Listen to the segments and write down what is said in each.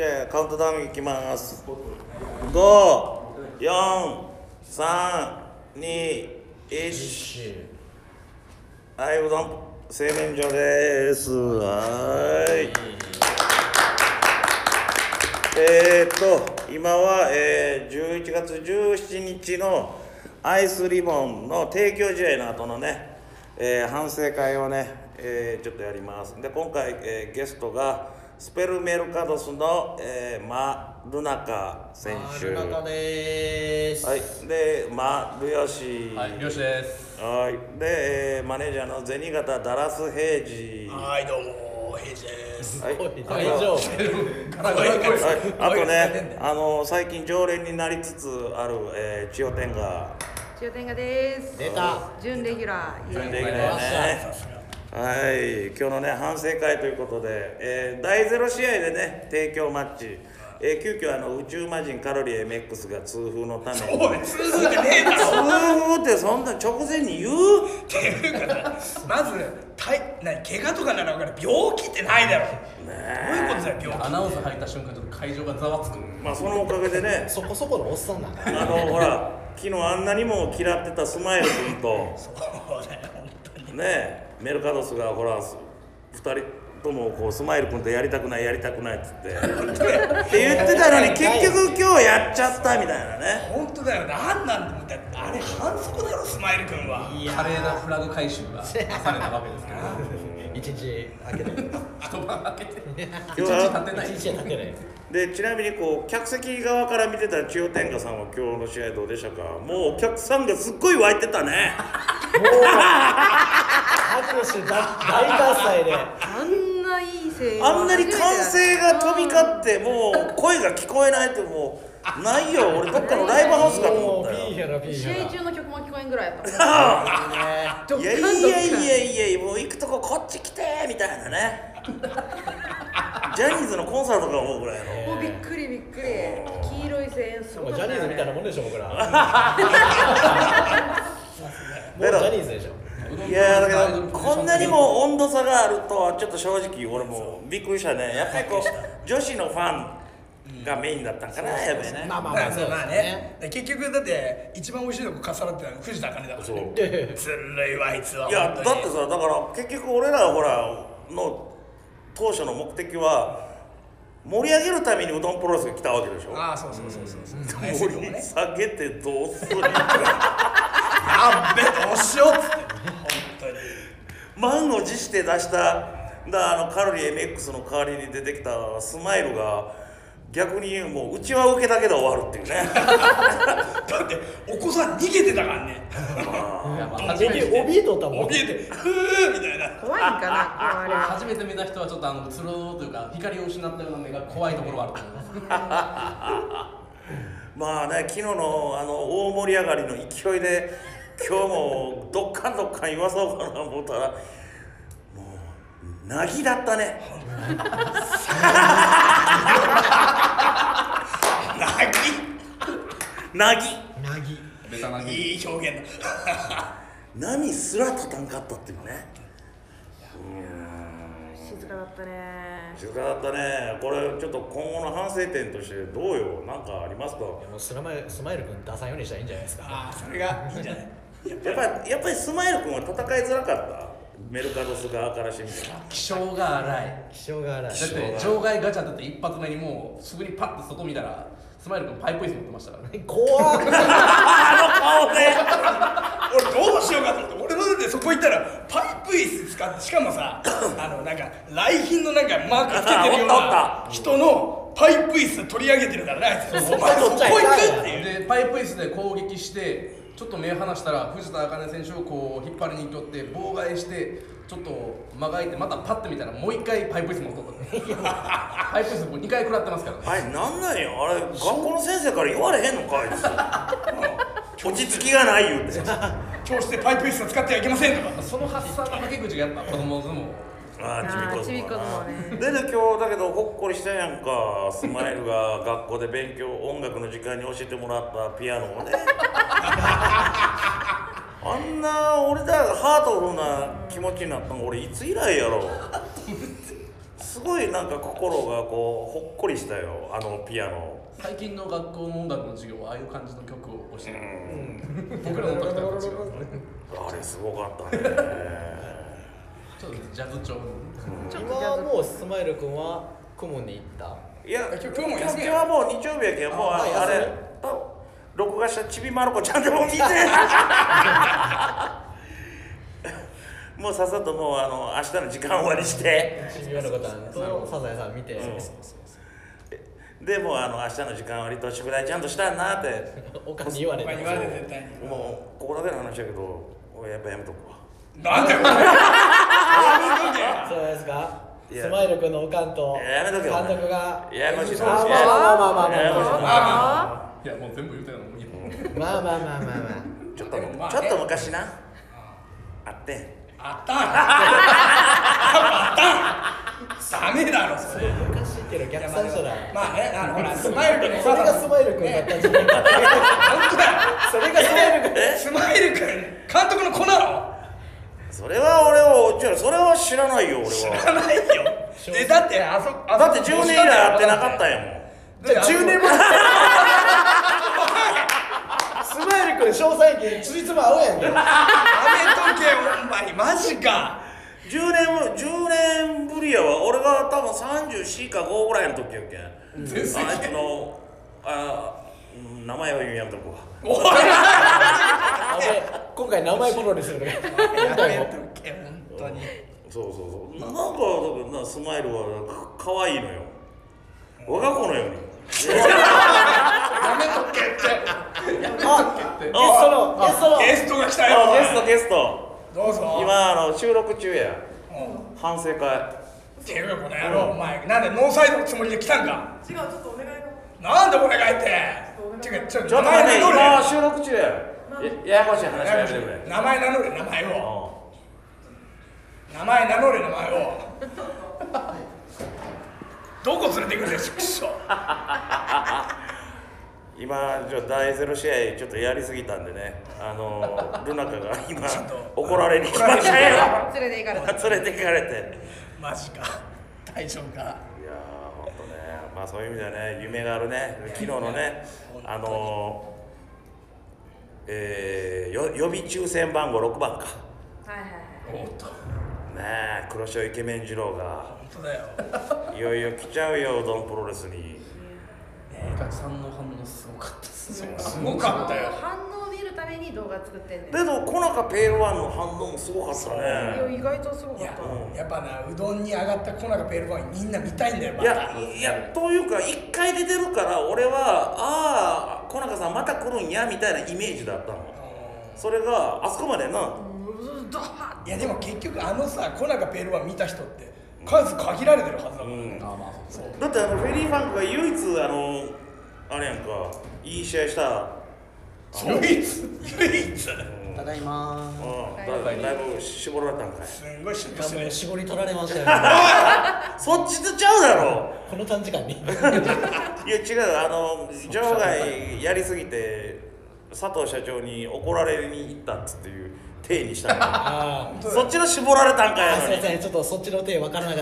じゃあカウントダウンいきます。5、4、3、2、1。はい、うどん製麺所です。はい。今は、11月17日のアイスリボンの提供試合の後のね、反省会をね、ちょっとやります。で、今回、ゲストがスペルメルカドスの、ルナカ選手。 ルナカでーす。 はい。で、ルヨシ。 はい、漁師です。 はい。で、マネージャーの銭形ダラス平次。 はい、どうも、平次です。 はい。 大丈夫。 あとね、最近常連になりつつある、千代天が。 千代天がです。 出た。 準レギュラー。 準レギュラーね。はい、今日のね反省会ということで、第0試合でね提供マッチ、急遽宇宙魔人カロリー MX が痛風のためにおい、痛風ってねえだろ。 痛風ってそんな直前に言うっていうかまず怪我とかなら分かる、病気ってないだろ。どういうことだよ、病気。 アナウンス入った瞬間ちょっと会場がざわつく。 そのおかげでねそこそこのおっさんなんだ。 ほら昨日あんなにも嫌ってたスマイル君とそうだよ、本当にねメルカドスがほら2人ともこうスマイル君とやりたくないっつってって言ってたのに結局今日やっちゃったみたいなね。 本当だよ、なんなんだもん。だってあれ反則だろ、スマイル君は。 華麗なフラグ回収がされたわけですけど一日空けて。 一晩空けて今日は経ってない。 一日空けない。 でちなみにこう客席側から見てた千代天下さんは今日の試合どうでしたか？もうお客さんがすっごい湧いてたね。 もう拍手大喝采で。 あんないい声援。 あんなに歓声が飛び交ってもう声が聞こえないってもうないよ。俺どっかのライブハウスかと思ったよ。 試合中の曲も聞こえんぐらいやったもん。 いやもう行くとここっち来てみたいなね。ジャニーズのコンサートか思うぐらいの。 もうびっくり。黄色い声援すごかったね。 ジャニーズみたいなもんでしょ僕ら。もうジャニーズでしょ。 いやだけどこんなにも温度差があるとはちょっと正直俺もびっくりしたね。やっぱりこう女子のファンがメインだったんかな、やっぱりね。 まあね。結局だって一番美味しいのがかさらってたのは藤田茜だからね。ずるいわあいつは。 いやだってさ、だから結局俺らほらの当初の目的は盛り上げるためにうどんプロレスが来たわけでしょ。 ああ、そう。 盛り下げてどうする。 やっべ、どうしようっつって。本当に。 満を持して出したカロリー MX の代わりに出てきたスマイルが逆にもううちは受けだけで終わるっていうね。 だってお子さん逃げてたからね。 怯えとったもん。 怯えてふーみたいな。 怖いんかな、あれは。 初めて見た人はちょっとつるーというか光を失ったような目が怖いところがあると思います。 まあね、昨日の大盛り上がりの勢いで今日もどっかん言わそうかな思ったらもうなぎだったね。なぎベタなぎ。 いい表現だ。 波すら立たんかったっていうね。 静かだったね。 静かだったね。これちょっと今後の反省点としてどうよ、なんかありますか？ もうスマイル君出さんようにしたらいいんじゃないですか。 ああ、それがいいんじゃない。 やっぱりスマイル君は戦いづらかった。メルカドス側からしてみたら気性が荒い。 気性が荒い。 だって場外ガチャだって一発目にもうすぐにパッて外見たらスマイル君パイプ椅子持ってましたからね。 怖っ。 顔で俺どうしようかと思って。俺もだってそこ行ったらパイプ椅子使って、しかもさなんか来賓のなんかマークつけてるような人のパイプ椅子取り上げてるからね、あいつ。お前そこ行くっていう。 でパイプ椅子で攻撃してちょっと目離したら藤田茜選手をこう引っ張りに行って妨害してちょっと間が空いてまたパッて見たらもう一回パイプ椅子持っとったパイプ椅子もう2回食らってますからね。 あれなんなんよ、あれ学校の先生から言われへんのかあいつ。落ち着きがない言うて。 教室でパイプ椅子を使ってはいけませんとか。 その発散のはけ口がやっぱ子供相撲。 ちびっこ相撲ね。 で今日だけどほっこりしたやんか。スマイルが学校で勉強音楽の時間に教えてもらったピアノをね。あんな俺だハートフルな気持ちになったの俺いつ以来やろ。 すごいなんか心がこうほっこりしたよ、あのピアノ。 最近の学校の音楽の授業はああいう感じの曲を押してる、僕らの時とは違う。 あれすごかったね。 ちょっとジャズ調の。 今はもうスマイル君は雲に行った。 いや、 今日も休み今日はもう日曜日やけん、もうあれ録画したちびまる子ちゃんでも見てもうさっさともう明日の時間終わりしてちびまる子さんとサザエさん見て、 でもう明日の時間終わりと宿題ちゃんとしたんなっておかんに言われて。 言われて絶対に。 もうここだけの話やけど俺やっぱやめとくわ。 なんでお前そうですか。 いやスマイル君のおかんとやめとけよ監督が。 ややこしいな。 まあまあややこしいな。 いやもう全部言うたよな、もういいもん。 まあまあまあまあまあ。 ちょっとでもまあねちょっと昔なあってん。 あったんダメだろそれ。 おかしいけど逆算したら。 まあね、ほらスマイル君のそれがスマイル君だったんじゃないか。 本当だよ。 それがスマイル君。 スマイル君監督の子なの？ それは俺はそれは知らないよ俺知らは。 ないよ。だってだって10年以来会ってなかったんやもん。 じゃあ10年前。スマイル君詳細期ついつま合うやんけ。 やめとけよお前マジか。 10年ぶりやわ。俺が多分34か5ぐらいの時やっけん。あいつの名前は言うやめとくわ。 今回名前プロレスするね。 やめとけ本当に。 そうなんかだからなスマイルはかわいいのよ。我が子のように。 やめとけって。ゲストが来たよ。 ゲスト。 どうぞ。 今収録中や。反省会。 ていうかこの野郎お前なんでノーサイドのつもりで来たんか。 違う、ちょっとお願いが。 なんでお願いって。てかちょっと待って今収録中や。ややこしい話やめてくれ。 名前名乗れ名前を。名前名乗れ名前を。どこ連れてくるんですか、くそ。 今第0試合ちょっとやりすぎたんでね、ルナカが今怒られに来ましたよ。 連れて行かれた。 連れて行かれて。 マジか。大丈夫か。 いやーほんとね、まあそういう意味ではね夢があるね。昨日のね予備抽選番号6番か。 はいはいはい。 おっと。 ねえ黒潮イケメン二郎が本当だよ。 いよいよ来ちゃうようどんプロレスに。 お客さんの反応すごかったっす。 すごかったよ。 反応を見るために動画作ってんねん。 けどコナカペールワンの反応もすごかったいね。 や意外とすごかいやった。 やっぱなうどんに上がった粉がペールパンみんな見たいんだよ。まいたやというか1回出てるから俺はああコナカさんまた来るんやみたいなイメージだったの。それがあそこまでな。 いやでも結局さ粉がペールパン見た人って数限られてるはずだからね。そうだってフェリーファンクが唯一あれやんかいい試合した唯一ただいまだいぶ絞られたんかい。 すんごいシュッとしてる。 絞り取られましたよ。 そっちとちゃうだろ。 この短時間に。 いや違う場外やりすぎて佐藤社長に怒られに行ったっつっていう体にしたの。 あそっちの絞られたんかやあ、すのに。 みません、ちょっとそっちの手分からなか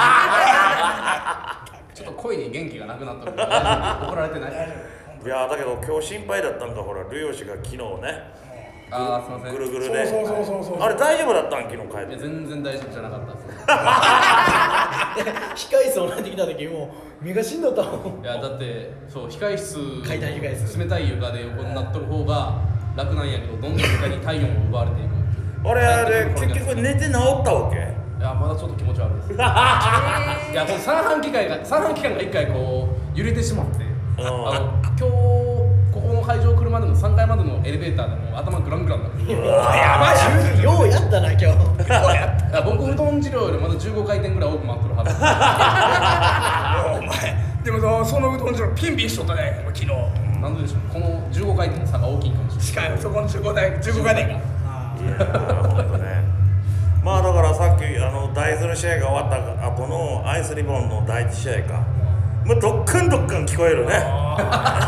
ったです。 ちょっと声に元気がなくなったので怒られてない。 いやだけど今日心配だったんかほらルヨシが昨日ねああすいません。 ぐるぐるでそうあれ大丈夫だったん昨日帰って。 いや全然大丈夫じゃなかったです。 控室をなってきた時もう身がしんどったもん。 いやだってそう控室階段控室冷たい床で横になっとる方が楽なんやけどどんどん床に体温を奪われていく。 俺あれ結局寝て治ったわけ。 いやまだちょっと気持ち悪いです。いやこの三半規管が一回こう揺れてしまって、今日ここの会場来るまでの3階までのエレベーターでもう頭グラングランになってる。 やばいじゃん。 ようやったな今日。 いや僕うどん治療よりまだ15回転ぐらい多く回ってるはず。 お前でもそのうどんじろピンピンしとったね昨日。 なんででしょうこの15回転の差が大きいかもしれない。 しかもそこの15回転が。 いやほんとね。まあだからさっき第0試合が終わった後のアイスリボンの第1試合かもうドッカン聞こえるね。 この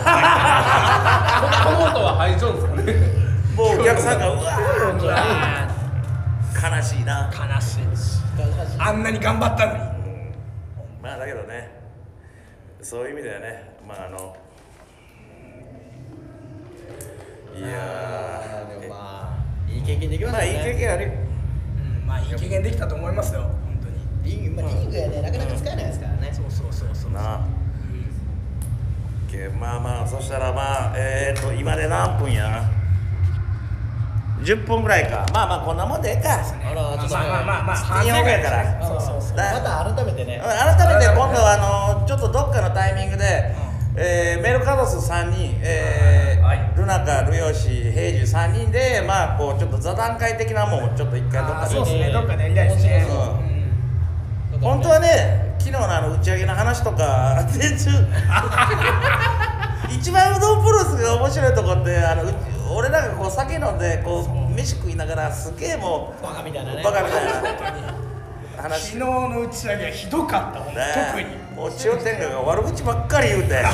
音は入っちゃうんですかね。 もうお客さんがうわー悲しいな。 悲しい。あんなに頑張ったのに。 まあだけどね、そういう意味ではね、まあいやでもまあいい経験できましたね。 まあいい経験あるよ。 まあいい経験できたと思いますよ本当に。 リングやね、なかなか使えないですからね。 そうなあ、まあそしたらまあ今で何分や10分ぐらいか。まあこんなもんでええか。 あら、ちょっとまあ反省会やからそうまた改めてね。 改めて今度はちょっとどっかのタイミングで、メルカドス3人、ルナカ、ルヨシ、ヘイジ3人でまあこうちょっと座談会的なもんをちょっと一回どっかで。 そうですね、どっかでやりたいですね。 本当はね、昨日の打ち上げの話とか全然一番うどんプロレスが面白いとこって俺らがこう酒飲んでこう飯食いながらすげえもうバカみたいなね。 話昨日の打ち上げはひどかった、特に。 もう千代天下が悪口ばっかり言うて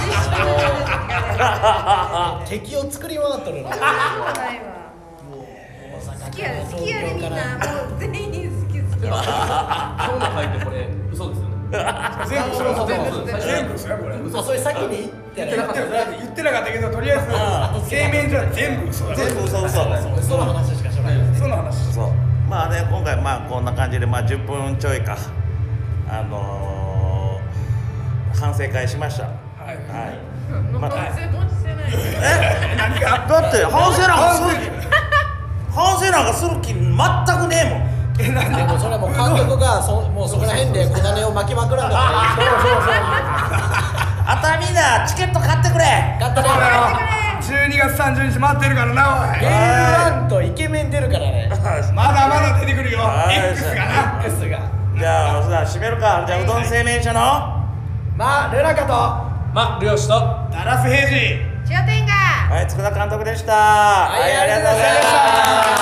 敵を作り回っとるの。 ないわもう好きやでみんなもう全員好き今日の回ってこれ嘘ですよね。 全部嘘やこれ。 あ、それ先に言ってなかった。 言ってなかったけど、とりあえず製麺所は全部嘘だ。 全部嘘嘘の話しかしない。 嘘の話。 そうまあね、今回まあこんな感じでまあ10分ちょいか反省会しました。 はいまた反省もしてない何が？ だって反省なんかする気全くねえもん。 でもそれはもう監督がもうそこら辺で小種を巻きまくらんかったら。 あとはみんなチケット買ってくれ。 買ったね。 12月30日待ってるからな、おい。 A1 とイケメン出るからね。 まだまだ出てくるよ、 はい X がな。 X が。 じゃあ閉めるか。じゃあうどん製麺所のルナカルヨシとダラス・ヘイジ。 千代天がはい、佃監督でした。はい、ありがとうございました。